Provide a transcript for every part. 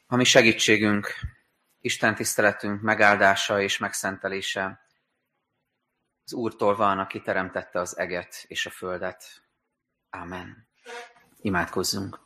A mi segítségünk, Isten tiszteletünk megáldása és megszentelése az Úrtól van, aki teremtette az eget és a földet. Ámen. Imádkozzunk.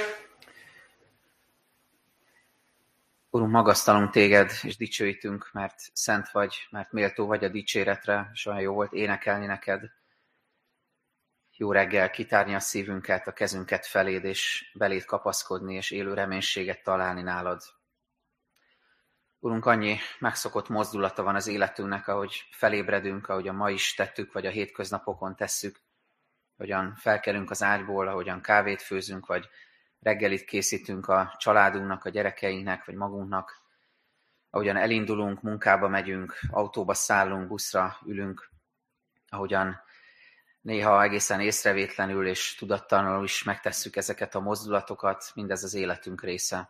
Urunk, magasztalunk téged, és dicsőítünk, mert szent vagy, mert méltó vagy a dicséretre, és olyan jó volt énekelni neked. Jó reggel kitárni a szívünket, a kezünket feléd, és beléd kapaszkodni, és élő reménységet találni nálad. Urunk, annyi megszokott mozdulata van az életünknek, ahogy felébredünk, ahogyan ma is tettük, vagy a hétköznapokon tesszük, ahogyan felkelünk az ágyból, ahogyan kávét főzünk, vagy reggelit készítünk a családunknak, a gyerekeinknek, vagy magunknak, ahogyan elindulunk, munkába megyünk, autóba szállunk, buszra ülünk, ahogyan néha egészen észrevétlenül és tudattalanul is megtesszük ezeket a mozdulatokat, mindez az életünk része.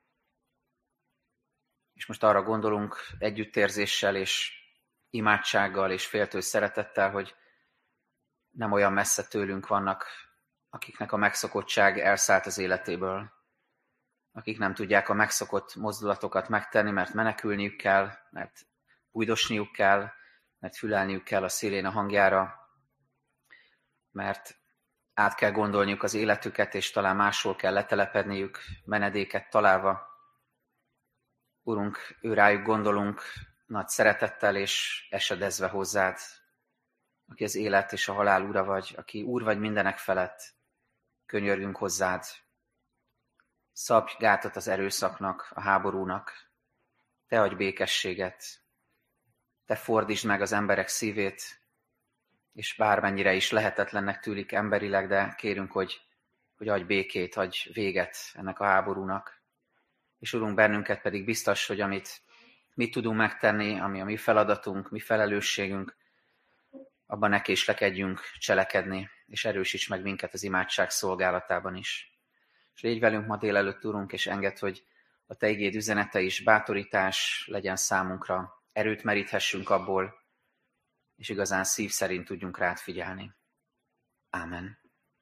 És most arra gondolunk együttérzéssel és imádsággal és féltő szeretettel, hogy nem olyan messze tőlünk vannak, akiknek a megszokottság elszállt az életéből, akik nem tudják a megszokott mozdulatokat megtenni, mert menekülniük kell, mert bújdosniuk kell, mert fülelniük kell a szélén a hangjára, mert át kell gondolniuk az életüket, és talán máshol kell letelepedniük, menedéket találva. Urunk, őrájuk gondolunk nagy szeretettel és esedezve hozzád, aki az élet és a halál ura vagy, aki úr vagy mindenek felett, könyörgünk hozzád. Szabj gátat az erőszaknak, a háborúnak, te adj békességet, te fordítsd meg az emberek szívét, és bármennyire is lehetetlennek tűnik emberileg, de kérünk, hogy adj békét, adj véget ennek a háborúnak. És Urunk, bennünket pedig biztos, hogy amit mi tudunk megtenni, ami a mi feladatunk, mi felelősségünk, abban ne késlekedjünk cselekedni, és erősíts meg minket az imádság szolgálatában is. És légy velünk ma délelőtt, Urunk, és engedd, hogy a te igéd üzenete is bátorítás legyen számunkra, erőt meríthessünk abból, és igazán szív szerint tudjunk rád figyelni. Ámen.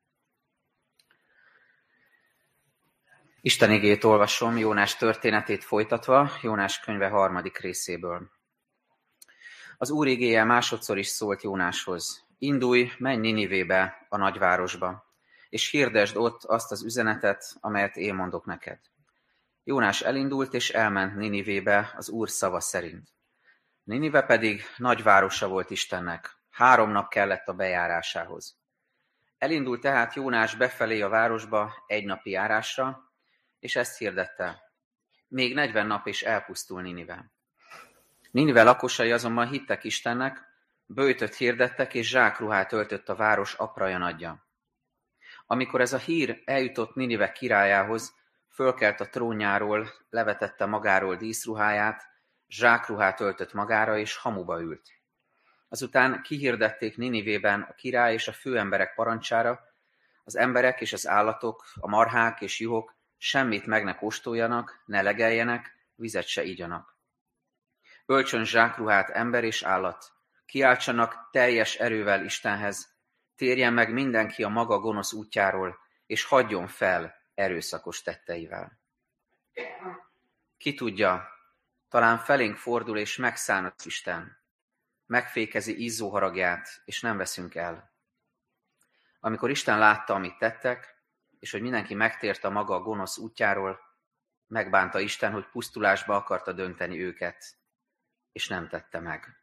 Isten igét olvasom, Jónás történetét folytatva, Jónás könyve 3. részéből. Az Úr igéje másodszor is szólt Jónáshoz. Indulj, menj Ninivébe, a nagyvárosba, és hirdesd ott azt az üzenetet, amelyet én mondok neked. Jónás elindult, és elment Ninivébe az Úr szava szerint. Ninive pedig nagyvárosa volt Istennek, 3 nap kellett a bejárásához. Elindult tehát Jónás befelé a városba 1 napi járásra, és ezt hirdette. Még 40 nap és elpusztul Ninive. Ninive lakosai azonban hittek Istennek, böjtöt hirdettek, és zsákruhát öltött a város apraja nagyja. Amikor ez a hír eljutott Ninive királyához, fölkelt a trónjáról, levetette magáról díszruháját, zsákruhát öltött magára, és hamuba ült. Azután kihirdették Ninivében a király és a főemberek parancsára, az emberek és az állatok, a marhák és juhok semmit meg ne kóstoljanak, ne legeljenek, vizet se igyanak. Öltsön zsákruhát ember és állat, kiáltsanak teljes erővel Istenhez, térjen meg mindenki a maga gonosz útjáról, és hagyjon fel erőszakos tetteivel. Ki tudja, talán felénk fordul és megszáll az Isten, megfékezi izzó haragját, és nem veszünk el. Amikor Isten látta, amit tettek, és hogy mindenki megtért a maga gonosz útjáról, megbánta Isten, hogy pusztulásba akarta dönteni őket, és nem tette meg.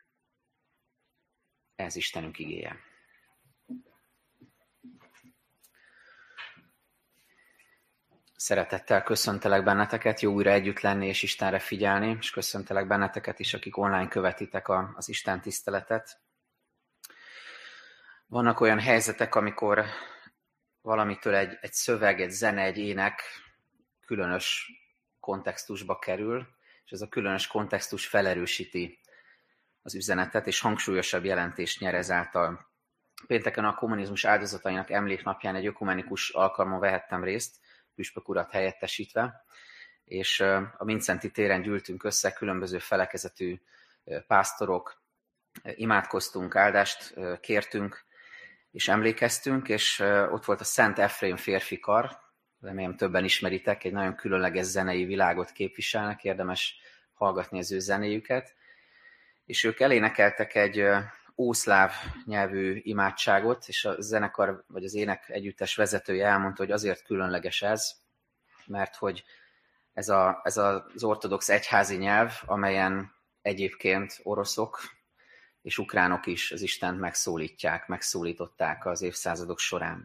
Ez Istenünk igéje. Szeretettel köszöntelek benneteket, jó újra együtt lenni és Istenre figyelni, és köszöntelek benneteket is, akik online követitek az Isten tiszteletet. Vannak olyan helyzetek, amikor valamitől egy szöveg, egy zene, egy ének különös kontextusba kerül, és ez a különös kontextus felerősíti az üzenetet, és hangsúlyosabb jelentést nyer ezáltal. Pénteken a kommunizmus áldozatainak emléknapján egy ökumenikus alkalmon vehettem részt, püspök urat helyettesítve, és a Vincenti téren gyűltünk össze, különböző felekezetű pásztorok, imádkoztunk, áldást kértünk, és emlékeztünk, és ott volt a Szent Efrém férfi kar, remélem többen ismeritek, egy nagyon különleges zenei világot képviselnek, érdemes hallgatni az ő zenéjüket. És ők elénekeltek egy ószláv nyelvű imádságot, és a zenekar vagy az ének együttes vezetője elmondta, hogy azért különleges ez, mert hogy ez az ortodox egyházi nyelv, amelyen egyébként oroszok és ukránok is az Istent megszólították az évszázadok során.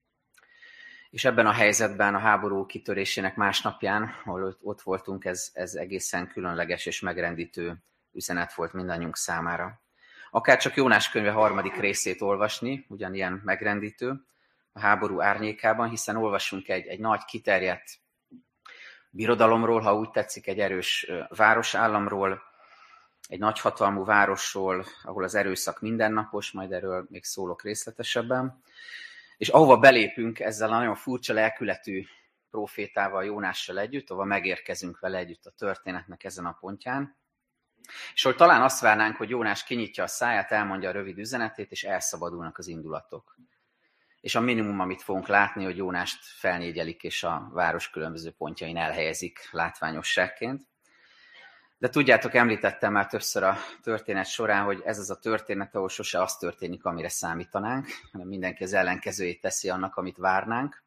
És ebben a helyzetben, a háború kitörésének másnapján, ahol ott voltunk, ez egészen különleges és megrendítő üzenet volt mindannyiunk számára. Akár csak Jónás könyve 3. részét olvasni, ugyanilyen megrendítő a háború árnyékában, hiszen olvasunk egy nagy kiterjedt birodalomról, ha úgy tetszik, egy erős városállamról, egy nagyhatalmú városról, ahol az erőszak mindennapos, majd erről még szólok részletesebben. És ahova belépünk ezzel a nagyon furcsa lelkületű prófétával, Jónással együtt, ahova megérkezünk vele együtt a történetnek ezen a pontján, és ahol talán azt várnánk, hogy Jónás kinyitja a száját, elmondja a rövid üzenetét, és elszabadulnak az indulatok. És a minimum, amit fogunk látni, hogy Jónást felnégyelik, és a város különböző pontjain elhelyezik látványosságként. De tudjátok, említettem már többször a történet során, hogy ez az a történet, ahol sose az történik, amire számítanánk, hanem mindenki az ellenkezőjét teszi annak, amit várnánk.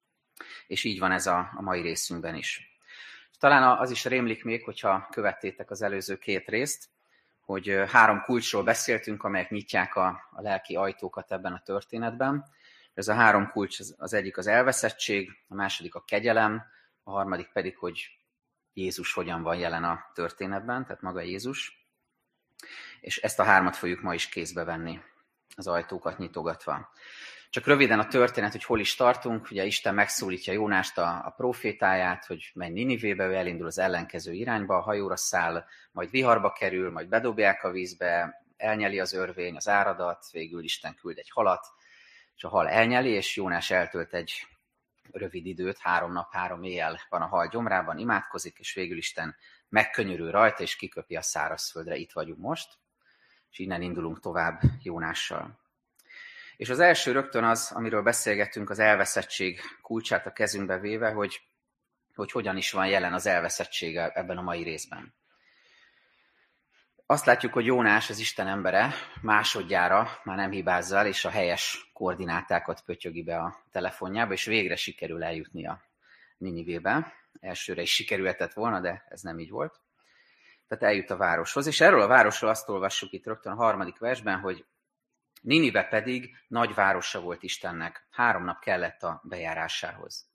És így van ez a mai részünkben is. Talán az is rémlik még, hogyha követtétek az előző 2 részt, hogy 3 kulcsról beszéltünk, amelyek nyitják a lelki ajtókat ebben a történetben. Ez a 3 kulcs, az egyik az elveszettség, a második a kegyelem, a harmadik pedig, hogy Jézus hogyan van jelen a történetben, tehát maga Jézus. És ezt a 3-at fogjuk ma is kézbe venni, az ajtókat nyitogatva. Csak röviden a történet, hogy hol is tartunk. Ugye Isten megszólítja Jónást, a prófétáját, hogy menj Ninivébe, ő elindul az ellenkező irányba, a hajóra száll, majd viharba kerül, majd bedobják a vízbe, elnyeli az örvény, az áradat, végül Isten küld egy halat, és a hal elnyeli, és Jónás eltölt egy rövid időt, 3 nap, 3 éjjel van a hal gyomrában, imádkozik, és végül Isten megkönyörül rajta, és kiköpi a szárazföldre. Itt vagyunk most, és innen indulunk tovább Jónással. És az első rögtön az, amiről beszélgettünk, az elveszettség kulcsát a kezünkbe véve, hogy hogyan is van jelen az elveszettség ebben a mai részben. Azt látjuk, hogy Jónás, az Isten embere, másodjára már nem hibázza el, és a helyes koordinátákat pötyögi be a telefonjába, és végre sikerül eljutnia Ninivébe. Elsőre is sikerülhetett volna, de ez nem így volt. Tehát eljut a városhoz, és erről a városról azt olvassuk itt rögtön a 3. versben, hogy Ninive pedig nagy városa volt Istennek, 3 nap kellett a bejárásához.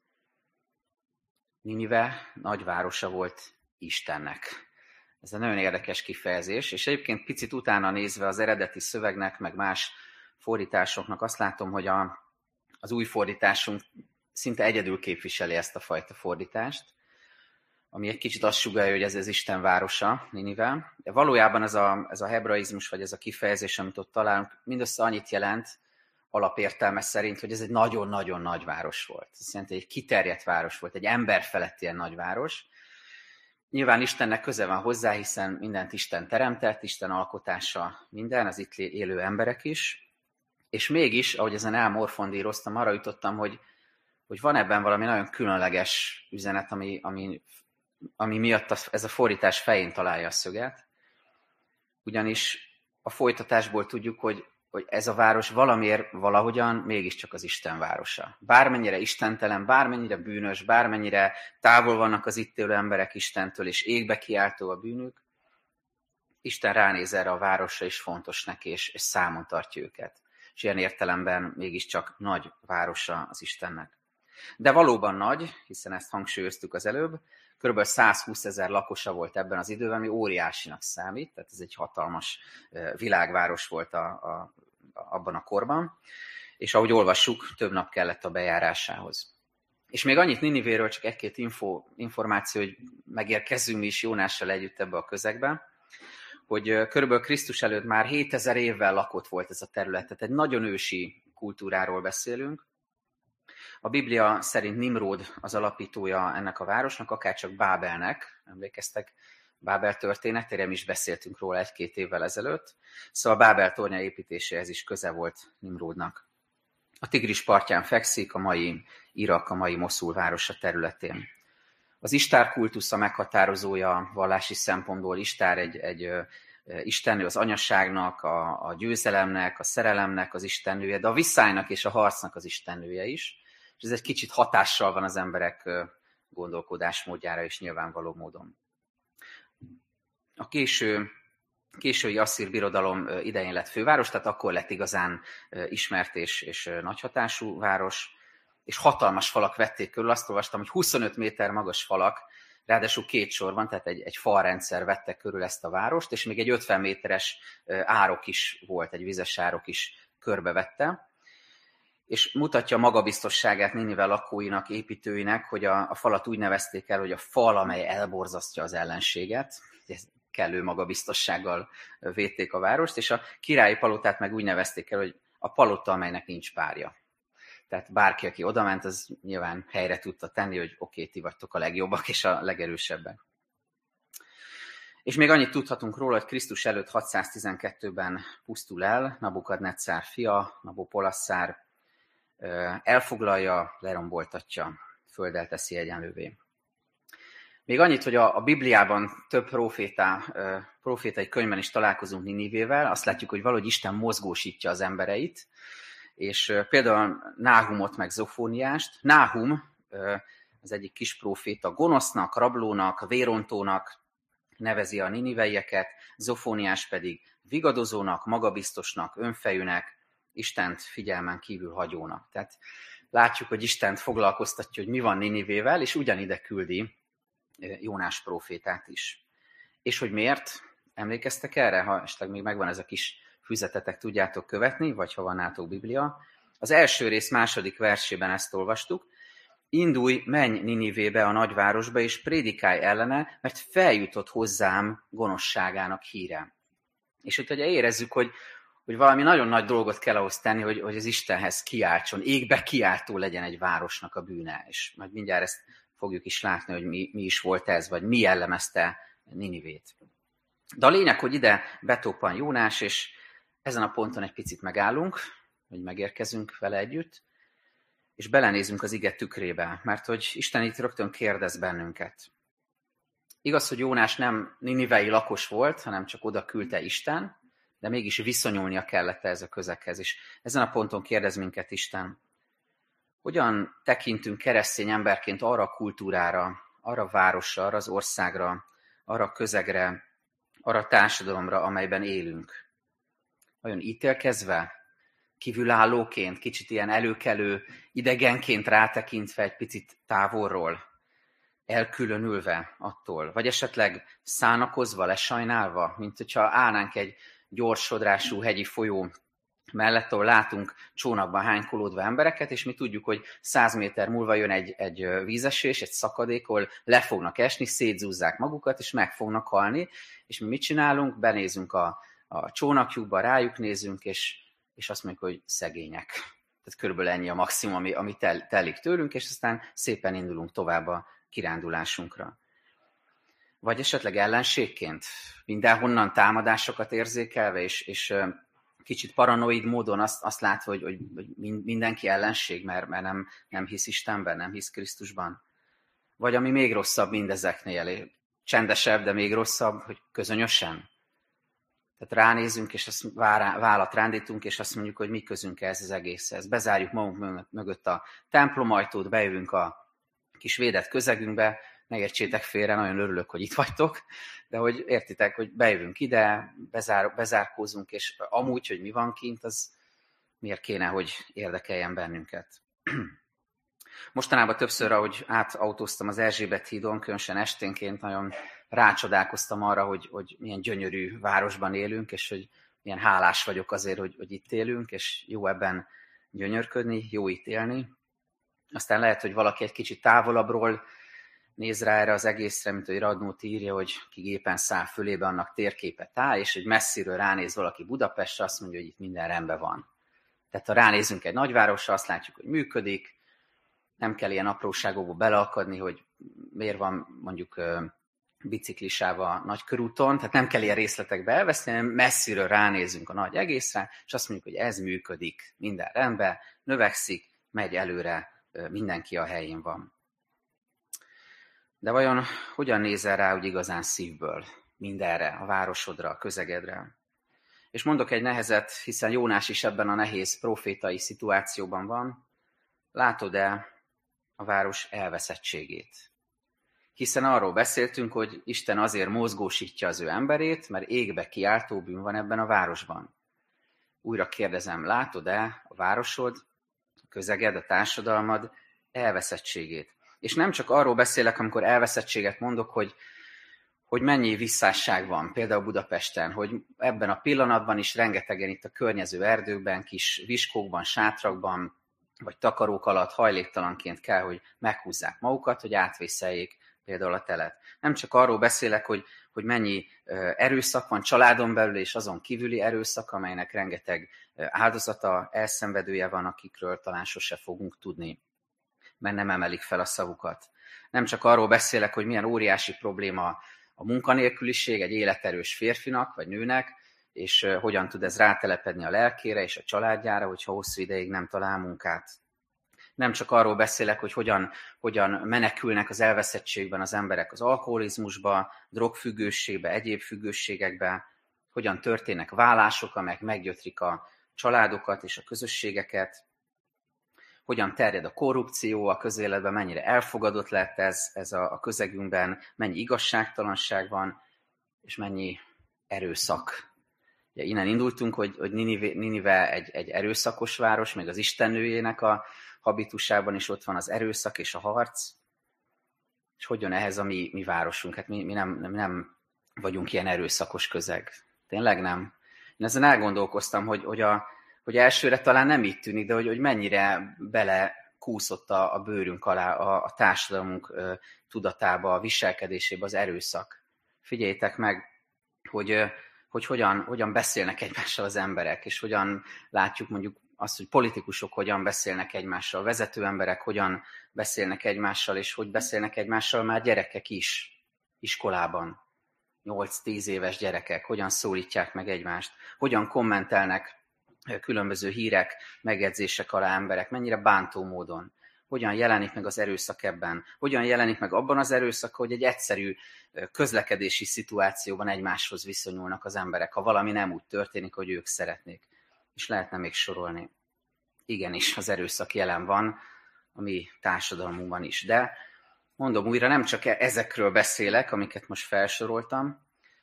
Ninive nagy városa volt Istennek. Ez egy nagyon érdekes kifejezés, és egyébként picit utána nézve az eredeti szövegnek, meg más fordításoknak azt látom, hogy az új fordításunk szinte egyedül képviseli ezt a fajta fordítást, ami egy kicsit azt sugallja, hogy ez az Isten városa, Ninive. De valójában ez a hebraizmus, vagy ez a kifejezés, amit ott találunk, mindössze annyit jelent alapértelme szerint, hogy ez egy nagyon-nagyon nagy város volt. Ez jelenti, hogy egy kiterjedt város volt, egy emberfeletti ilyen nagy város. Nyilván Istennek köze van hozzá, hiszen mindent Isten teremtett, Isten alkotása minden, az itt élő emberek is. És mégis, ahogy ezen elmorfondíroztam, arra jutottam, hogy van ebben valami nagyon különleges üzenet, ami miatt ez a fordítás fején találja a szöget. Ugyanis a folytatásból tudjuk, hogy ez a város valamiért, valahogyan mégiscsak az Isten városa. Bármennyire istentelen, bármennyire bűnös, bármennyire távol vannak az itt élő emberek Istentől, és égbe kiáltó a bűnük, Isten ránéz erre a városra, és fontos neki, és számon tartja őket. És ilyen értelemben mégiscsak nagy városa az Istennek. De valóban nagy, hiszen ezt hangsúlyoztuk az előbb, kb. 120 000 lakosa volt ebben az időben, ami óriásinak számít, tehát ez egy hatalmas világváros volt abban a korban, és ahogy olvassuk, több nap kellett a bejárásához. És még annyit Ninivéről, csak 1-2 információ, hogy megérkezzünk mi is Jónással együtt ebbe a közegbe, hogy körülbelül Krisztus előtt már 7000 évvel lakott volt ez a terület, tehát egy nagyon ősi kultúráról beszélünk. A Biblia szerint Nimród az alapítója ennek a városnak, akárcsak Bábelnek, emlékeztek Bábel történetére, mi is beszéltünk róla 1-2 évvel ezelőtt, szóval Bábel tornya építéséhez is köze volt Nimródnak. A Tigris partján fekszik, a mai Irak, a mai Moszul városa területén. Az Istár kultusza meghatározója vallási szempontból. Istár egy istennő, az anyaságnak, a győzelemnek, a szerelemnek az istennője, de a viszálynak és a harcnak az istennője is. És ez egy kicsit hatással van az emberek gondolkodásmódjára is nyilvánvaló módon. A késői asszír birodalom idején lett főváros, tehát akkor lett igazán ismert és nagyhatású város, és hatalmas falak vették körül. Azt olvastam, hogy 25 méter magas falak, ráadásul 2 sor van, tehát egy falrendszer vette körül ezt a várost, és még egy 50 méteres árok is volt, egy vizes árok is körbevette. És mutatja a magabiztosságát Ninive lakóinak, építőinek, hogy a falat úgy nevezték el, hogy a fal, amely elborzasztja az ellenséget. Ez kellő magabiztossággal védték a várost, és a királyi palotát meg úgy nevezték el, hogy a palota, amelynek nincs párja. Tehát bárki, aki odament, az nyilván helyre tudta tenni, hogy oké, ti vagytok a legjobbak és a legerősebbek. És még annyit tudhatunk róla, hogy Krisztus előtt 612-ben pusztul el Nabukadneccár fia, Nabopolasszár, elfoglalja, leromboltatja, földdel teszi egyenlővé. Még annyit, hogy a Bibliában több profétai könyvben is találkozunk Ninivével, azt látjuk, hogy valahogy Isten mozgósítja az embereit, és például Náhumot meg Zofóniást. Náhum az egyik kis próféta gonosznak, rablónak, vérontónak nevezi a niniveieket, Zofóniás pedig vigadozónak, magabiztosnak, önfejűnek, Istent figyelmen kívül hagyónak. Tehát látjuk, hogy Istent foglalkoztatja, hogy mi van Ninivével, és ugyanide küldi Jónás prófétát is. És hogy miért? Emlékeztek erre? Ha esetleg még megvan ez a kis füzetetek, tudjátok követni, vagy ha van nálatok Biblia. Az első rész második versében ezt olvastuk. Indulj, menj Ninivébe, a nagyvárosba, és prédikálj ellene, mert feljutott hozzám gonoszságának híre. És hogy érezzük, hogy valami nagyon nagy dolgot kell ahhoz tenni, hogy az Istenhez kiáltson, égbe kiáltó legyen egy városnak a bűne. És majd mindjárt ezt fogjuk is látni, hogy mi is volt ez, vagy mi jellemezte Ninivét. De a lényeg, hogy ide betoppan Jónás, és ezen a ponton egy picit megállunk, hogy megérkezünk vele együtt, és belenézünk az ige tükrébe, mert hogy Isten itt rögtön kérdez bennünket. Igaz, hogy Jónás nem ninivei lakos volt, hanem csak oda küldte Isten, de mégis viszonyulnia kellett ez a közeghez. És ezen a ponton kérdez minket Isten, hogyan tekintünk keresztény emberként arra a kultúrára, arra a városra, arra az országra, arra a közegre, arra a társadalomra, amelyben élünk. Olyan ítélkezve, kívülállóként, kicsit ilyen előkelő, idegenként rátekintve egy picit távolról, elkülönülve attól, vagy esetleg szánakozva, lesajnálva, mint hogyha állnánk egy gyors sodrású hegyi folyó mellett, ahol látunk csónakban hánykolódva embereket, és mi tudjuk, hogy 100 méter múlva jön egy vízesés, egy szakadék, ahol le fognak esni, szétzúzzák magukat, és meg fognak halni, és mi mit csinálunk? Benézünk a csónakjukba, rájuk nézünk, és azt mondjuk, hogy szegények. Tehát körülbelül ennyi a maximum, ami telik tőlünk, és aztán szépen indulunk tovább a kirándulásunkra. Vagy esetleg ellenségként, mindenhonnan támadásokat érzékelve, és kicsit paranoid módon azt látva, hogy mindenki ellenség, mert nem hisz Istenben, nem hisz Krisztusban. Vagy ami még rosszabb mindezeknél, csendesebb, de még rosszabb, hogy közönösen. Tehát ránézünk, és azt vállat rándítunk, és azt mondjuk, hogy mi közünk ez az egészhez. Bezárjuk magunk mögött a templomajtót, bejövünk a kis védett közegünkbe, ne értsétek félre, nagyon örülök, hogy itt vagytok, de hogy értitek, hogy bejövünk ide, bezárkózunk, és amúgy, hogy mi van kint, az miért kéne, hogy érdekeljen bennünket. Mostanában többször, ahogy átautóztam az Erzsébet hídon, különösen esténként nagyon rácsodálkoztam arra, hogy milyen gyönyörű városban élünk, és hogy milyen hálás vagyok azért, hogy itt élünk, és jó ebben gyönyörködni, jó itt élni. Aztán lehet, hogy valaki egy kicsit távolabbról néz rá erre az egészre, mint hogy Radnóti írja, hogy ki gépen száll fölébe, annak térképet áll, és hogy messziről ránéz valaki Budapestre, azt mondja, hogy itt minden rendben van. Tehát ha ránézünk egy nagyvárosra, azt látjuk, hogy működik, nem kell ilyen apróságokba beleakadni, hogy miért van mondjuk biciklisával nagy körúton, tehát nem kell ilyen részletekbe elveszni, hanem messziről ránézünk a nagy egészre, és azt mondjuk, hogy ez működik, minden rendben, növekszik, megy előre mindenki a helyén van. De vajon hogyan nézel rá úgy igazán szívből mindenre, a városodra, a közegedre? És mondok egy nehezet, hiszen Jónás is ebben a nehéz profétai szituációban van. Látod-e a város elveszettségét? Hiszen arról beszéltünk, hogy Isten azért mozgósítja az ő emberét, mert égbe kiáltó bűn van ebben a városban. Újra kérdezem, látod-e a városod, a közeged, a társadalmad elveszettségét? És nem csak arról beszélek, amikor elveszettséget mondok, hogy mennyi visszásság van, például Budapesten, hogy ebben a pillanatban is rengetegen itt a környező erdőkben, kis viskókban, sátrakban, vagy takarók alatt hajléktalanként kell, hogy meghúzzák magukat, hogy átvészeljék például a telet. Nem csak arról beszélek, hogy mennyi erőszak van családon belül, és azon kívüli erőszak, amelynek rengeteg áldozata, elszenvedője van, akikről talán sose fogunk tudni, mert nem emelik fel a szavukat. Nem csak arról beszélek, hogy milyen óriási probléma a munkanélküliség egy életerős férfinak vagy nőnek, és hogyan tud ez rátelepedni a lelkére és a családjára, hogyha hosszú ideig nem talál munkát. Nem csak arról beszélek, hogy hogyan menekülnek az elveszettségben az emberek az alkoholizmusba, drogfüggőségbe, egyéb függőségekbe, hogyan történnek válások, amelyek meggyötrik a családokat és a közösségeket, hogyan terjed a korrupció a közéletben, mennyire elfogadott lett ez a közegünkben, mennyi igazságtalanság van, és mennyi erőszak. Ugye innen indultunk, hogy Ninive egy erőszakos város, még az istennőjének a habitusában is ott van az erőszak és a harc. És hogy jön ehhez a mi városunk? Hát mi nem vagyunk ilyen erőszakos közeg. Tényleg nem. Én ezen elgondolkoztam, hogy elsőre talán nem így tűnik, de hogy mennyire belekúszott a bőrünk alá, a társadalmunk tudatába, a viselkedésébe az erőszak. Figyeljétek meg, hogy hogyan beszélnek egymással az emberek, és hogyan látjuk mondjuk azt, hogy politikusok hogyan beszélnek egymással, vezető emberek hogyan beszélnek egymással, és hogy beszélnek egymással már gyerekek is iskolában. 8-10 éves gyerekek, hogyan szólítják meg egymást, hogyan kommentelnek különböző hírek, megjegyzések alá emberek, mennyire bántó módon. Hogyan jelenik meg az erőszak ebben? Hogyan jelenik meg abban az erőszak, hogy egy egyszerű közlekedési szituációban egymáshoz viszonyulnak az emberek, ha valami nem úgy történik, hogy ők szeretnék. És lehetne még sorolni. Igenis, az erőszak jelen van a mi társadalmunkban is. De mondom újra, nem csak ezekről beszélek, amiket most felsoroltam,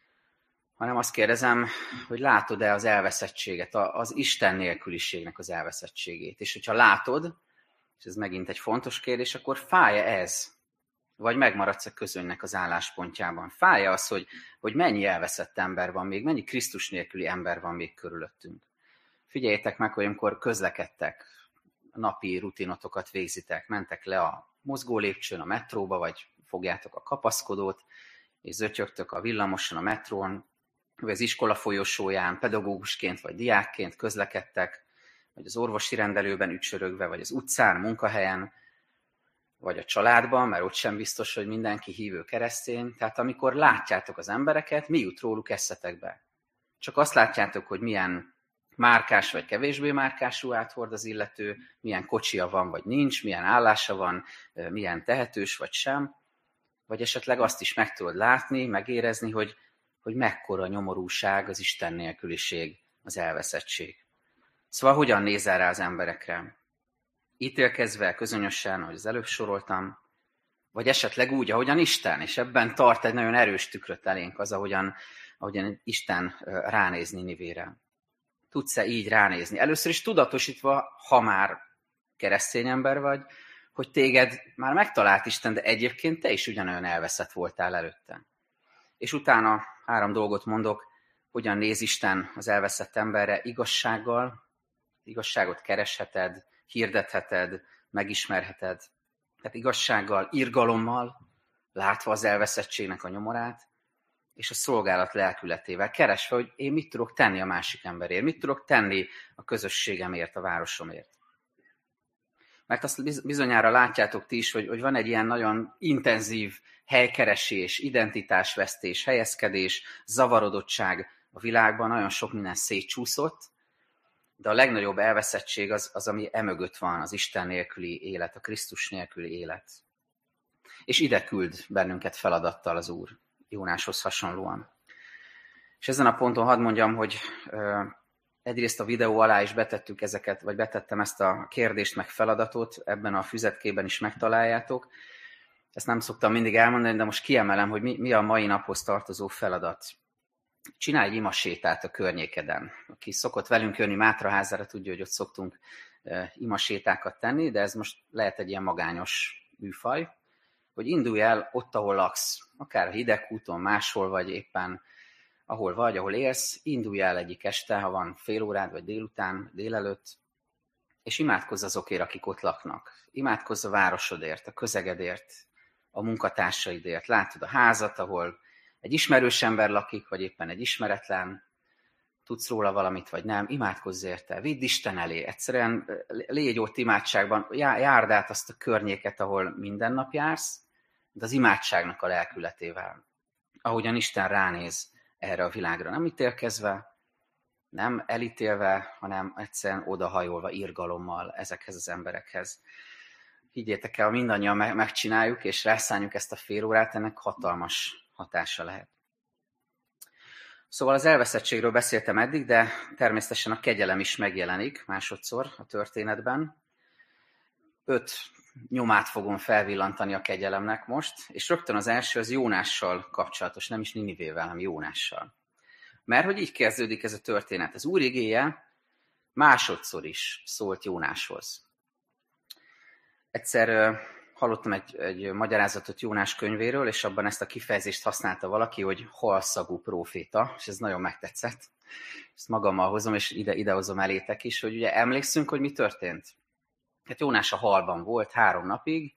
hanem azt kérdezem, hogy látod-e az elveszettséget, az Isten nélküliségnek az elveszettségét. És hogyha látod, és ez megint egy fontos kérdés, akkor fáj-e ez? Vagy megmaradsz a közönnek az álláspontjában? Fáj-e az, hogy mennyi elveszett ember van még, mennyi Krisztus nélküli ember van még körülöttünk? Figyeljétek meg, hogy amikor közlekedtek, napi rutinotokat végzitek, mentek le a mozgó lépcsőn, a metróba, vagy fogjátok a kapaszkodót, és zötyögtök a villamoson, a metrón, vagy az iskola folyosóján, pedagógusként vagy diákként közlekedtek, vagy az orvosi rendelőben ücsörögve, vagy az utcán, munkahelyen, vagy a családban, mert ott sem biztos, hogy mindenki hívő keresztény. Tehát amikor látjátok az embereket, mi jut róluk eszetekbe? Csak azt látjátok, hogy milyen márkás vagy kevésbé márkás ruhát hord az illető, milyen kocsia van vagy nincs, milyen állása van, milyen tehetős vagy sem, vagy esetleg azt is meg tudod látni, megérezni, hogy mekkora nyomorúság, az Isten nélküliség, az elveszettség. Szóval hogyan nézel rá az emberekre? Ítélkezve, közönösen, ahogy az előbb soroltam, vagy esetleg úgy, ahogyan Isten, és ebben tart egy nagyon erős tükröt elénk az, ahogyan Isten ránéz Ninivére. Tudsz-e így ránézni? Először is tudatosítva, ha már keresztény ember vagy, hogy téged már megtalált Isten, de egyébként te is ugyanolyan elveszett voltál előtte. És utána 3 dolgot mondok, hogyan néz Isten az elveszett emberre igazsággal, igazságot keresheted, hirdetheted, megismerheted. Tehát igazsággal, irgalommal, látva az elveszettségnek a nyomorát, és a szolgálat lelkületével keresve, hogy én mit tudok tenni a másik emberért, mit tudok tenni a közösségemért, a városomért. Mert azt bizonyára látjátok ti is, hogy van egy ilyen nagyon intenzív helykeresés, identitásvesztés, helyezkedés, zavarodottság a világban, nagyon sok minden szétcsúszott, De a legnagyobb elveszettség az, ami emögött van, az Isten nélküli élet, a Krisztus nélküli élet. És ide küld bennünket feladattal az Úr, Jónáshoz hasonlóan. És ezen a ponton hadd mondjam, hogy egyrészt a videó alá is betettük ezeket, vagy betettem ezt a kérdést meg feladatot, ebben a füzetkében is megtaláljátok. Ezt nem szoktam mindig elmondani, de most kiemelem, hogy mi a mai naphoz tartozó feladat. Csinálj egy imasétát a környékeden. Aki szokott velünk jönni Mátraházára, tudja, hogy ott szoktunk imasétákat tenni, de ez most lehet egy ilyen magányos műfaj, hogy indulj el ott, ahol laksz, akár a Hidegkúton, máshol vagy éppen, ahol vagy, ahol élsz, indulj el egyik este, ha van fél órád, vagy délután, délelőtt, és imádkozz azokért, akik ott laknak. Imádkozz a városodért, a közegedért, a munkatársaidért. Látod a házat, ahol egy ismerős ember lakik, vagy éppen egy ismeretlen, tudsz róla valamit, vagy nem, imádkozz érte, vidd Isten elé, egyszerűen légy ott imádságban, járd át azt a környéket, ahol minden nap jársz, de az imádságnak a lelkületével. Ahogyan Isten ránéz erre a világra, nem ítélkezve, nem elítélve, hanem egyszerűen odahajolva, irgalommal ezekhez az emberekhez. Higgyétek el, ha mindannyian megcsináljuk, és rászálljuk ezt a fél órát, ennek hatalmas hatása lehet. Szóval az elveszettségről beszéltem eddig, de természetesen a kegyelem is megjelenik másodszor a történetben. 5 nyomát fogom felvillantani a kegyelemnek most, és rögtön az első az Jónással kapcsolatos, nem is Ninivével, hanem Jónással. Mert hogy így kezdődik ez a történet. Az Úr igéje másodszor is szólt Jónáshoz. Egyszer hallottam egy magyarázatot Jónás könyvéről, és abban ezt a kifejezést használta valaki, hogy halszagú próféta, és ez nagyon megtetszett. Ezt magammal hozom, és idehozom elétek is, hogy ugye emlékszünk, hogy mi történt. Hát Jónás a halban volt 3 napig,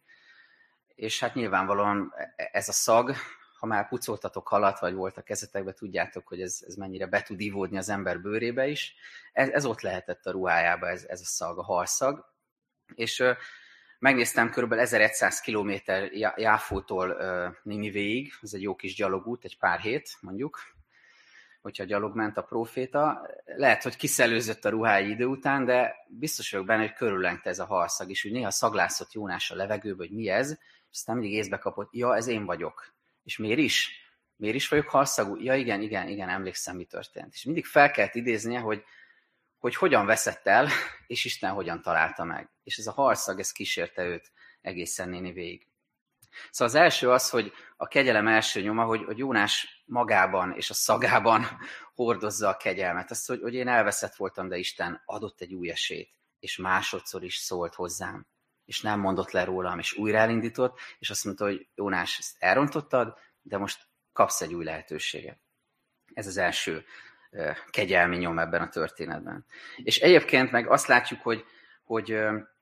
és hát nyilvánvalóan ez a szag, ha már pucoltatok halat, vagy volt a kezetekben, tudjátok, hogy ez mennyire be tud ivódni az ember bőrébe is. Ez ott lehetett a ruhájába, ez a szag, a halszag. És megnéztem, körülbelül 1100 kilométer Jáfótól Ninivéig, ez egy jó kis gyalogút, egy pár hét mondjuk, hogyha gyalog ment a próféta. Lehet, hogy kiszellőzött a ruhái idő után, de biztos vagyok benne, hogy körülengte ez a halszag, és úgy néha szaglászott Jónás a levegőbe, hogy mi ez, és aztán mindig észbe kapott, ja, ez én vagyok. És miért is? Miért is vagyok halszagú? Ja, igen, emlékszem, mi történt. És mindig fel kellett idéznie, hogy hogyan veszett el, és Isten hogyan találta meg. És ez a halszag, ez kísérte őt egészen Ninivéig. Szóval az első az, hogy a kegyelem első nyoma, hogy Jónás magában és a szagában hordozza a kegyelmet. Azt, hogy én elveszett voltam, de Isten adott egy új esélyt, és másodszor is szólt hozzám, és nem mondott le rólam, és újra elindított, és azt mondta, hogy Jónás, ezt elrontottad, de most kapsz egy új lehetőséget. Ez az első kegyelmi nyom ebben a történetben. És egyébként meg azt látjuk, hogy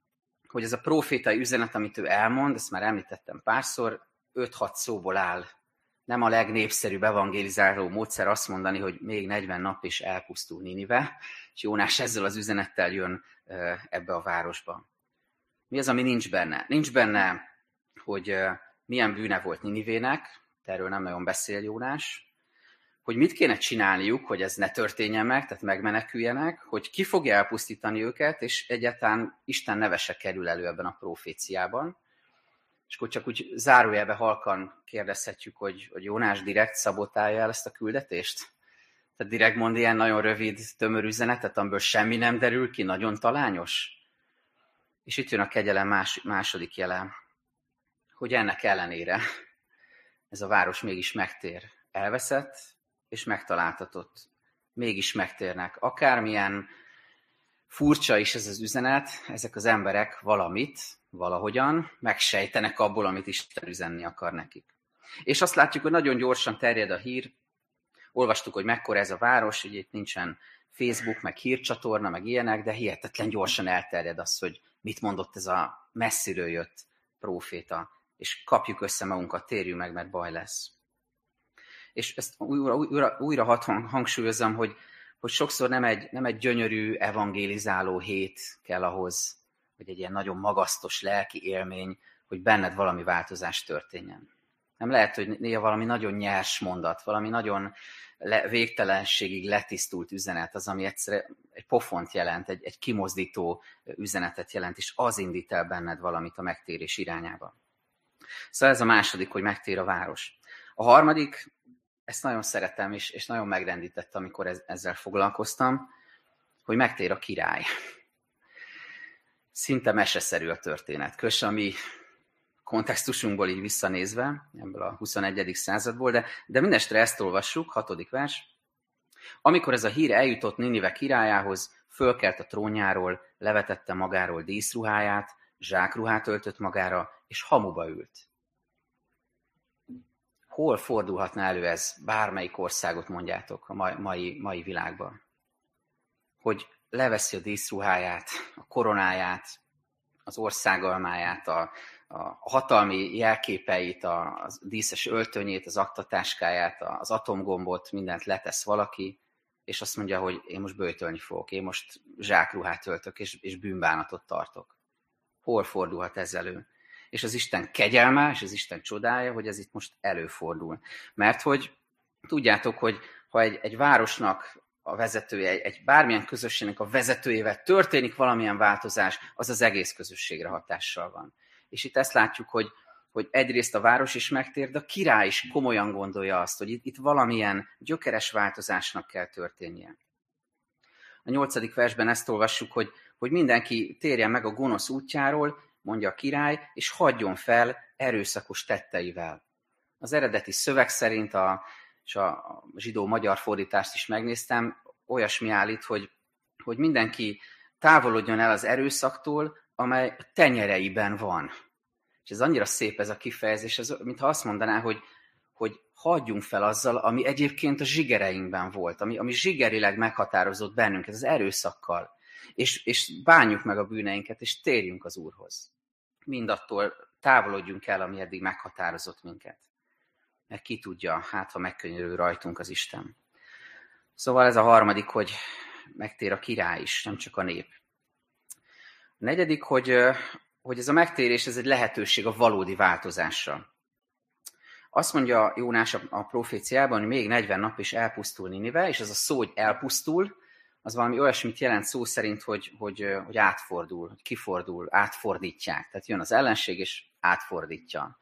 ez a prófétai üzenet, amit ő elmond, ezt már említettem párszor, 5-6 szóból áll. Nem a legnépszerűbb evangélizáló módszer azt mondani, hogy még 40 nap és elpusztul Ninive, és Jónás ezzel az üzenettel jön ebbe a városba. Mi az, ami nincs benne? Nincs benne, hogy milyen bűne volt Ninivének, erről nem nagyon beszél Jónás, hogy mit kéne csinálniuk, hogy ez ne történjen meg, tehát megmeneküljenek, hogy ki fogja elpusztítani őket, és egyáltalán Isten neve se kerül elő ebben a proféciában. És akkor csak úgy zárójelbe halkan kérdezhetjük, hogy Jónás direkt szabotálja el ezt a küldetést? Tehát direkt mond ilyen nagyon rövid, tömör üzenetet, amiből semmi nem derül ki, nagyon talányos? És itt jön a kegyelem második jele, hogy ennek ellenére ez a város mégis megtér. Elveszett, és megtaláltatott. Mégis megtérnek. Akármilyen furcsa is ez az üzenet, ezek az emberek valamit, valahogyan megsejtenek abból, amit Isten üzenni akar nekik. És azt látjuk, hogy nagyon gyorsan terjed a hír. Olvastuk, hogy mekkora ez a város, hogy itt nincsen Facebook, meg hírcsatorna, meg ilyenek, de hihetetlen gyorsan elterjed az, hogy mit mondott ez a messziről jött próféta. És kapjuk össze magunkat, térjünk meg, mert baj lesz. És ezt újra hadd hangsúlyozom, hogy sokszor nem egy gyönyörű evangélizáló hét kell ahhoz, hogy egy ilyen nagyon magasztos lelki élmény, hogy benned valami változás történjen. Nem lehet, hogy néha valami nagyon nyers mondat, valami nagyon végtelenségig letisztult üzenet az, ami egyszerűen egy pofont jelent, egy kimozdító üzenetet jelent, és az indít el benned valamit a megtérés irányába. Szóval ez a második, hogy megtér a város. A harmadik, ezt nagyon szeretem, és nagyon megrendített, amikor ezzel foglalkoztam, hogy megtér a király. Szinte meseszerű a történet. Kös a mi kontextusunkból így visszanézve, ebből a 21. századból, de mindestre ezt olvassuk, 6. vers. Amikor ez a hír eljutott Ninive királyához, fölkelt a trónjáról, levetette magáról díszruháját, zsákruhát öltött magára, és hamuba ült. Hol fordulhatna elő ez? Bármelyik országot mondjátok a mai világban. Hogy leveszi a díszruháját, a koronáját, az országalmáját, a hatalmi jelképeit, a díszes öltönyét, az aktatáskáját, az atomgombot, mindent letesz valaki, és azt mondja, hogy én most böjtölni fogok, én most zsákruhát öltök, és bűnbánatot tartok. Hol fordulhat ez elő? És az Isten kegyelme, és az Isten csodája, hogy ez itt most előfordul. Mert hogy tudjátok, hogy ha egy városnak a vezetője, egy bármilyen közösségnek a vezetőjével történik valamilyen változás, az az egész közösségre hatással van. És itt ezt látjuk, hogy egyrészt a város is megtér, de a király is komolyan gondolja azt, hogy itt valamilyen gyökeres változásnak kell történnie. A 8. versben ezt olvassuk, hogy mindenki térjen meg a gonosz útjáról, mondja a király, és hagyjon fel erőszakos tetteivel. Az eredeti szöveg szerint, és a zsidó magyar fordítást is megnéztem, olyasmi állít, hogy mindenki távolodjon el az erőszaktól, amely a tenyereiben van. És ez annyira szép ez a kifejezés, mintha azt mondaná, hogy hagyjunk fel azzal, ami egyébként a zsigereinkben volt, ami zsigerileg meghatározott bennünket, az erőszakkal. És bánjuk meg a bűneinket, és térjünk az Úrhoz. Mindattól távolodjunk el, ami eddig meghatározott minket. Mert ki tudja, hát ha megkönyörül rajtunk az Isten. Szóval ez a harmadik, hogy megtér a király is, nem csak a nép. A negyedik, hogy ez a megtérés, ez egy lehetőség a valódi változásra. Azt mondja Jónás a proféciában, hogy még 40 nap is elpusztul Ninive, és ez a szó, hogy elpusztul, az valami olyasmit jelent szó szerint, hogy átfordul, hogy kifordul, átfordítják. Tehát jön az ellenség, és átfordítja,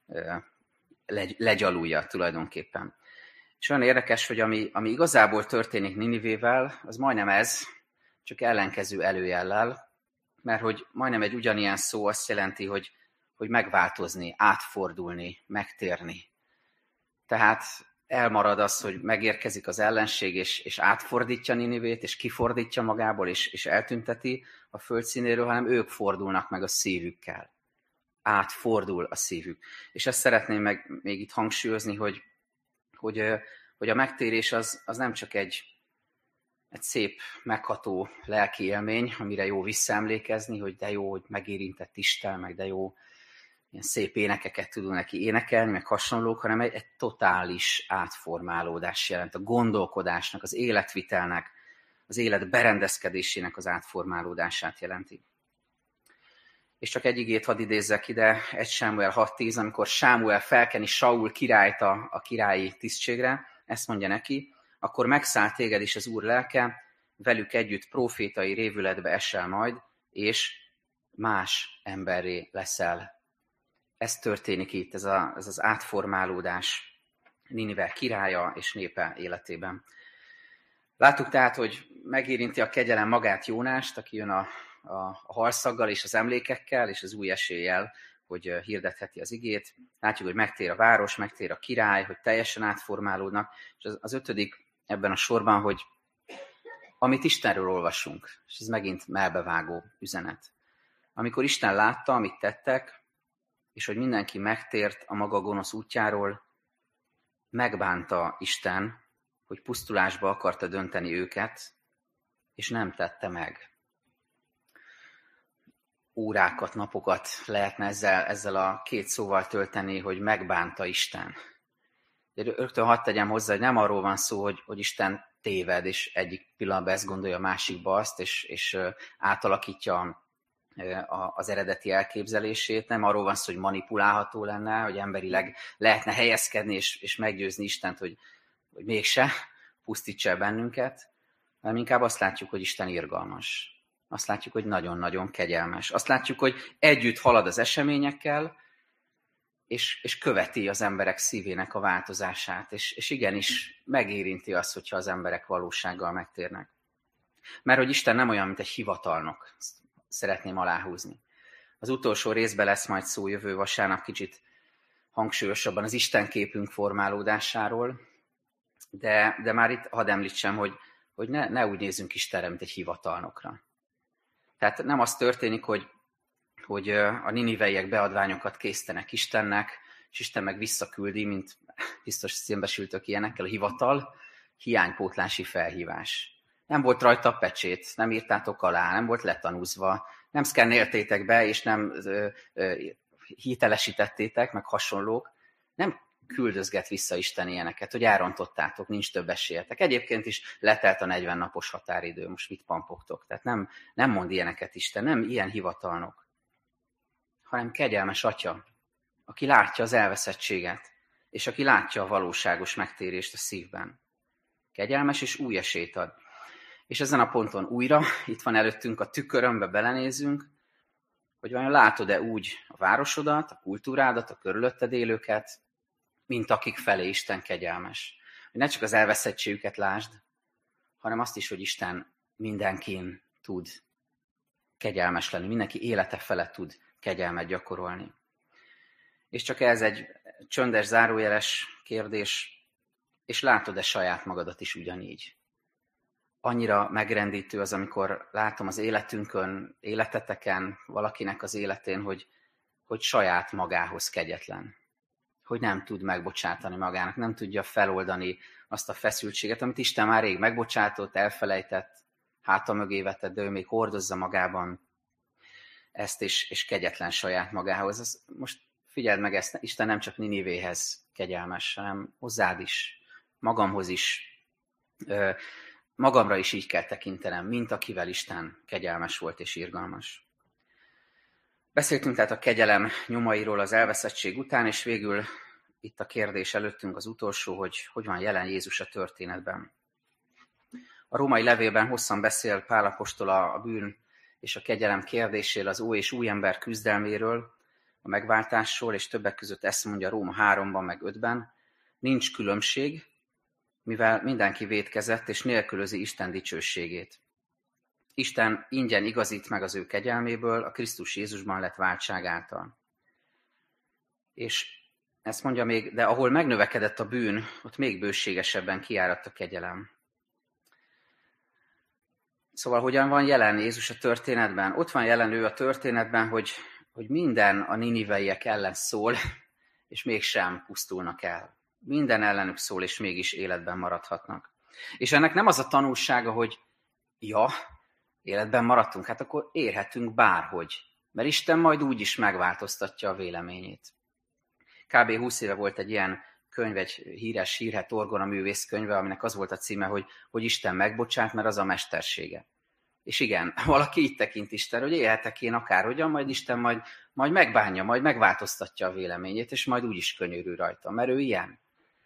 legyalulja tulajdonképpen. És olyan érdekes, hogy ami igazából történik Ninivével, az majdnem ez, csak ellenkező előjellel, mert hogy majdnem egy ugyanilyen szó azt jelenti, hogy megváltozni, átfordulni, megtérni. Tehát elmarad az, hogy megérkezik az ellenség, és átfordítja Ninivét, és kifordítja magából, és eltünteti a földszínéről, hanem ők fordulnak meg a szívükkel. Átfordul a szívük. És ezt szeretném még itt hangsúlyozni, hogy a megtérés az nem csak egy szép, megható lelki élmény, amire jó visszaemlékezni, hogy de jó, hogy megérintett Isten, meg de jó, ilyen szép énekeket tudunk neki énekelni, meg hasonlók, hanem egy totális átformálódás jelent. A gondolkodásnak, az életvitelnek, az élet berendezkedésének az átformálódását jelenti. És csak egy igét hadd idézzek ide, 1 Sámuel 6:10, amikor Sámuel felkeni Saul királyt a királyi tisztségre, ezt mondja neki, akkor megszáll téged is az Úr lelke, velük együtt prófétai révületbe esel majd, és más emberré leszel. Ez történik itt, ez az átformálódás Ninive királya és népe életében. Láttuk tehát, hogy megérinti a kegyelem magát Jónást, aki jön a halszaggal és az emlékekkel és az új eséllyel, hogy hirdetheti az igét. Látjuk, hogy megtér a város, megtér a király, hogy teljesen átformálódnak. És az 5. ebben a sorban, hogy amit Istenről olvasunk, és ez megint melbevágó üzenet. Amikor Isten látta, amit tettek, és hogy mindenki megtért a maga gonosz útjáról, megbánta Isten, hogy pusztulásba akarta dönteni őket, és nem tette meg. Órákat, napokat lehetne ezzel a 2 szóval tölteni, hogy megbánta Isten. De rögtön hadd tegyem hozzá, hogy nem arról van szó, hogy Isten téved, és egyik pillanatban ezt gondolja, a másikba azt, és átalakítja az eredeti elképzelését. Nem arról van szó, hogy manipulálható lenne, hogy emberileg lehetne helyezkedni és meggyőzni Istent, hogy mégse pusztítsa el bennünket, hanem inkább azt látjuk, hogy Isten irgalmas. Azt látjuk, hogy nagyon-nagyon kegyelmes. Azt látjuk, hogy együtt halad az eseményekkel, és követi az emberek szívének a változását, és igenis megérinti azt, hogyha az emberek valósággal megtérnek. Mert hogy Isten nem olyan, mint egy hivatalnok, ezt szeretném aláhúzni. Az utolsó részben lesz majd szó jövő vasárnap kicsit hangsúlyosabban az Isten képünk formálódásáról, de már itt hadd említsem, hogy ne úgy nézzünk Istenre, mint egy hivatalnokra. Tehát nem az történik, hogy a niniveiek beadványokat késztenek Istennek, és Isten meg visszaküldi, mint biztos szembesültök ilyenekkel, a hivatal, hiánypótlási felhívás. Nem volt rajta pecsét, nem írtátok alá, nem volt letanúzva, nem szkenneltétek be, és nem hitelesítettétek, meg hasonlók. Nem küldözget vissza Isten ilyeneket, hogy elrontottátok, nincs több esélyetek. Egyébként is letelt a 40 napos határidő, most mit pampogtok. Tehát nem mond ilyeneket Isten, nem ilyen hivatalnok, hanem kegyelmes Atya, aki látja az elveszettséget, és aki látja a valóságos megtérést a szívben. Kegyelmes és új esélyt ad. És ezen a ponton újra, itt van előttünk a tükörömbe, belenézünk, hogy vajon látod-e úgy a városodat, a kultúrádat, a körülötted élőket, mint akik felé Isten kegyelmes. Hogy ne csak az elveszettségüket lásd, hanem azt is, hogy Isten mindenkin tud kegyelmes lenni, mindenki élete felett tud kegyelmet gyakorolni. És csak ez egy csöndes, zárójeles kérdés, és látod-e saját magadat is ugyanígy? Annyira megrendítő az, amikor látom az életünkön, életeteken, valakinek az életén, hogy saját magához kegyetlen. Hogy nem tud megbocsátani magának, nem tudja feloldani azt a feszültséget, amit Isten már rég megbocsátott, elfelejtett, háta mögé vetett, de ő még hordozza magában ezt, és kegyetlen saját magához. Most figyeld meg ezt, Isten nem csak Ninivéhez kegyelmes, hanem hozzád is, magamhoz is, magamra is így kell tekintenem, mint akivel Isten kegyelmes volt és irgalmas. Beszéltünk tehát a kegyelem nyomairól az elveszettség után, és végül itt a kérdés előttünk az utolsó, hogy van jelen Jézus a történetben. A római levélben hosszan beszél Pál apostol a bűn és a kegyelem kérdéséről, az ój és új ember küzdelméről, a megváltásról, és többek között ezt mondja Róma 3-ban, meg 5-ben, nincs különbség, mivel mindenki vétkezett és nélkülözi Isten dicsőségét. Isten ingyen igazít meg az ő kegyelméből, a Krisztus Jézusban lett váltság által. És ezt mondja még, de ahol megnövekedett a bűn, ott még bőségesebben kiáradt a kegyelem. Szóval hogyan van jelen Jézus a történetben? Ott van jelen ő a történetben, hogy minden a niniveiek ellen szól, és mégsem pusztulnak el. Minden ellenük szól, és mégis életben maradhatnak. És ennek nem az a tanulsága, hogy életben maradtunk, hát akkor érhetünk bárhogy. Mert Isten majd úgy is megváltoztatja a véleményét. Kb. 20 éve volt egy ilyen könyv, egy híres hírhedt orgonaművész könyve, aminek az volt a címe, hogy Isten megbocsát, mert az a mestersége. És igen, valaki így tekint Istenre, hogy élhetek én akárhogyan, majd Isten majd megbánja, majd megváltoztatja a véleményét, és majd úgy is könyörül rajta, mert ő ilyen.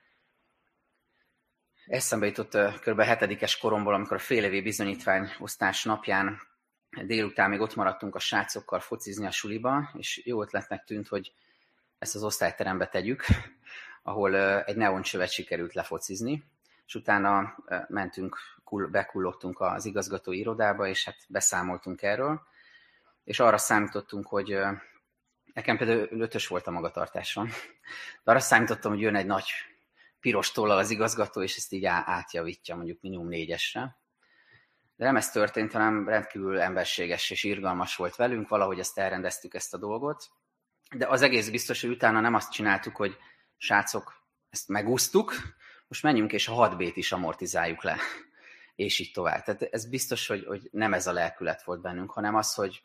Eszembe jutott kb. 7-es koromból, amikor a félévi bizonyítványosztás napján délután még ott maradtunk a srácokkal focizni a suliba, és jó ötletnek tűnt, hogy ezt az osztályterembe tegyük, ahol egy neoncsövet sikerült lefocizni, és utána mentünk, bekullogtunk az igazgatói irodába, és hát beszámoltunk erről, és arra számítottunk, hogy nekem például 5-ös volt a magatartásom, de arra számítottam, hogy jön egy nagy piros tollal az igazgató, és ezt így átjavítja mondjuk minimum 4-esre. De nem ez történt, hanem rendkívül emberséges és irgalmas volt velünk, valahogy ezt elrendeztük ezt a dolgot. De az egész biztos, hogy utána nem azt csináltuk, hogy srácok, ezt megúsztuk, most menjünk és a 6B-t is amortizáljuk le. És így tovább. Tehát ez biztos, hogy nem ez a lelkület volt bennünk, hanem az, hogy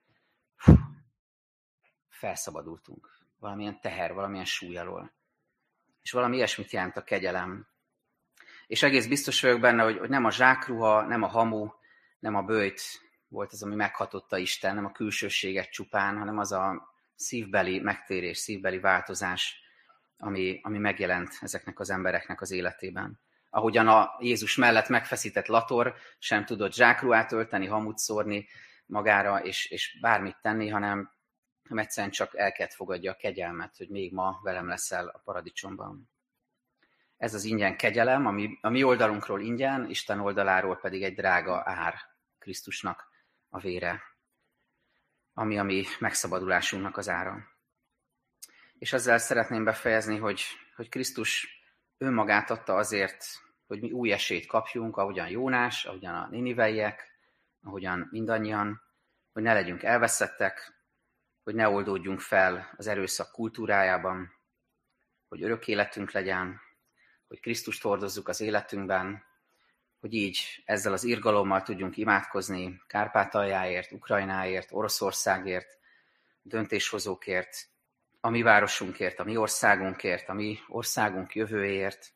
felszabadultunk valamilyen teher, valamilyen súly alól. És valami ilyesmit jelent a kegyelem. És egész biztos vagyok benne, hogy nem a zsákruha, nem a hamu, nem a böjt volt az, ami meghatotta Isten, nem a külsőséget csupán, hanem az a szívbeli megtérés, szívbeli változás, ami megjelent ezeknek az embereknek az életében. Ahogyan a Jézus mellett megfeszített Lator sem tudott zsákruhát ölteni, hamut szórni magára, és bármit tenni, hanem egyszerűen csak el kellett fogadja a kegyelmet, hogy még ma velem leszel a paradicsomban. Ez az ingyen kegyelem, ami a mi oldalunkról ingyen, Isten oldaláról pedig egy drága ár, Krisztusnak a vére, ami a mi megszabadulásunknak az ára. És ezzel szeretném befejezni, hogy Krisztus önmagát adta azért, hogy mi új esélyt kapjunk, ahogyan Jónás, ahogyan a niniveiek, ahogyan mindannyian, hogy ne legyünk elveszettek, hogy ne oldódjunk fel az erőszak kultúrájában, hogy örök életünk legyen, hogy Krisztust hordozzuk az életünkben, hogy így ezzel az irgalommal tudjunk imádkozni Kárpátaljáért, Ukrajnáért, Oroszországért, döntéshozókért, a mi városunkért, a mi országunkért, a mi országunk jövőjéért,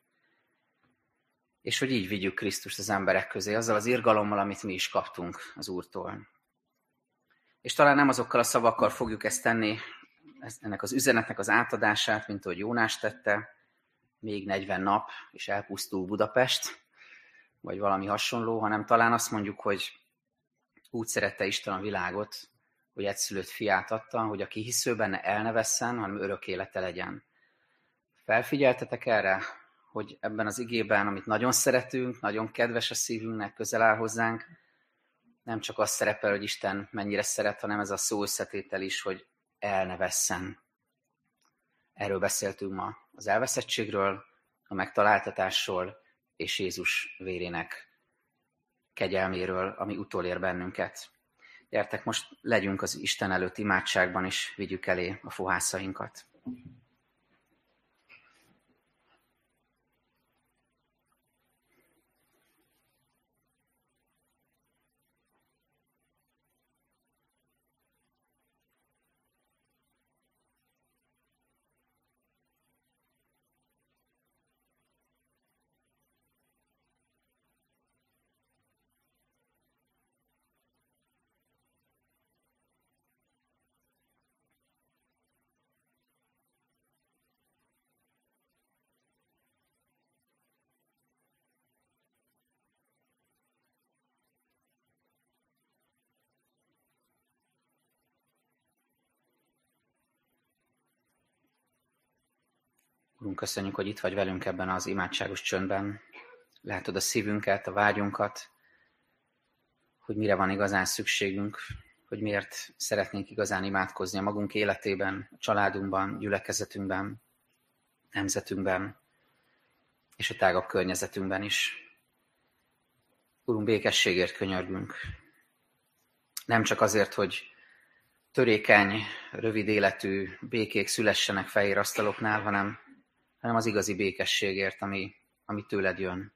és hogy így vigyük Krisztust az emberek közé, azzal az irgalommal, amit mi is kaptunk az Úrtól. És talán nem azokkal a szavakkal fogjuk ezt tenni, ennek az üzenetnek az átadását, mint ahogy Jónás tette, még 40 nap, és elpusztul Budapest, vagy valami hasonló, hanem talán azt mondjuk, hogy úgy szerette Isten a világot, hogy egyszülött fiát adta, hogy aki hisző benne el ne vesszen, hanem örök élete legyen. Felfigyeltetek erre, hogy ebben az igében, amit nagyon szeretünk, nagyon kedves a szívünknek, közel áll hozzánk, nem csak az szerepel, hogy Isten mennyire szeret, hanem ez a szó összetétel is, hogy el ne vesszen. Erről beszéltünk ma, az elveszettségről, a megtaláltatásról és Jézus vérének kegyelméről, ami utolér bennünket. Gyertek, most legyünk az Isten előtt imádságban, és vigyük elé a fohászainkat. Urunk, köszönjük, hogy itt vagy velünk ebben az imádságos csöndben. Látod a szívünket, a vágyunkat, hogy mire van igazán szükségünk, hogy miért szeretnénk igazán imádkozni a magunk életében, a családunkban, gyülekezetünkben, nemzetünkben, és a tágabb környezetünkben is. Urunk, békességért könyörgünk. Nem csak azért, hogy törékeny, rövid életű békék szülessenek fehér asztaloknál, hanem az igazi békességért, ami tőled jön.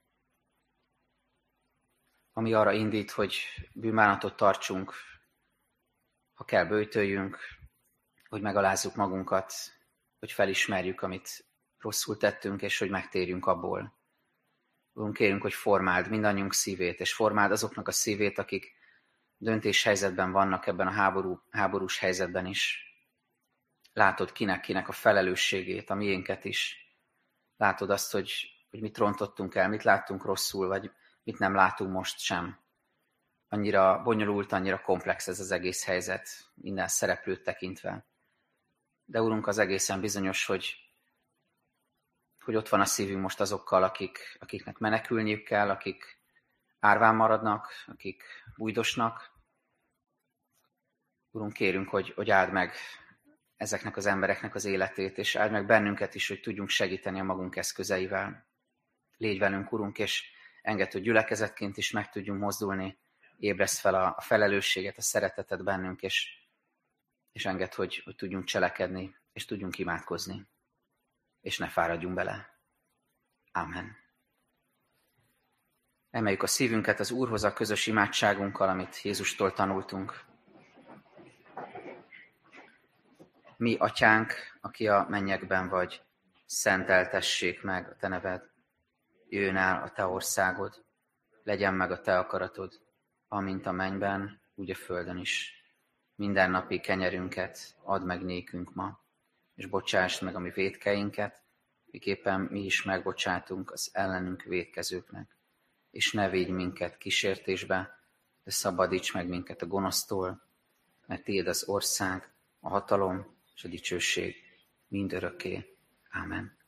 Ami arra indít, hogy bűnbánatot tartsunk, ha kell böjtöljünk, hogy megalázzuk magunkat, hogy felismerjük, amit rosszul tettünk, és hogy megtérjünk abból. Urunk, kérünk, hogy formáld mindannyiunk szívét, és formáld azoknak a szívét, akik döntéshelyzetben vannak ebben a háborús helyzetben is. Látod kinek a felelősségét, a miénket is. Látod azt, hogy mit rontottunk el, mit láttunk rosszul, vagy mit nem látunk most sem. Annyira bonyolult, annyira komplex ez az egész helyzet, minden szereplőt tekintve. De Urunk, az egészen bizonyos, hogy ott van a szívünk most azokkal, akiknek menekülniük kell, akik árván maradnak, akik bújdosnak. Urunk, kérünk, hogy áld meg ezeknek az embereknek az életét, és áld meg bennünket is, hogy tudjunk segíteni a magunk eszközeivel. Légy velünk, Urunk, és engedd, hogy gyülekezetként is meg tudjunk mozdulni, ébreszd fel a felelősséget, a szeretetet bennünk, és engedd, hogy tudjunk cselekedni, és tudjunk imádkozni, és ne fáradjunk bele. Ámen. Emeljük a szívünket az Úrhoz a közös imádságunkkal, amit Jézustól tanultunk. Mi, Atyánk, aki a mennyekben vagy, szenteltessék meg a te neved. Jöjjön el a te országod, legyen meg a te akaratod, amint a mennyben, úgy a földön is. Mindennapi kenyerünket add meg nékünk ma, és bocsásd meg a mi vétkeinket, miképpen mi is megbocsátunk az ellenünk vétkezőknek. És ne védj minket kísértésbe, de szabadíts meg minket a gonosztól, mert tiéd az ország, a hatalom és a dicsőség mindörökké. Ámen.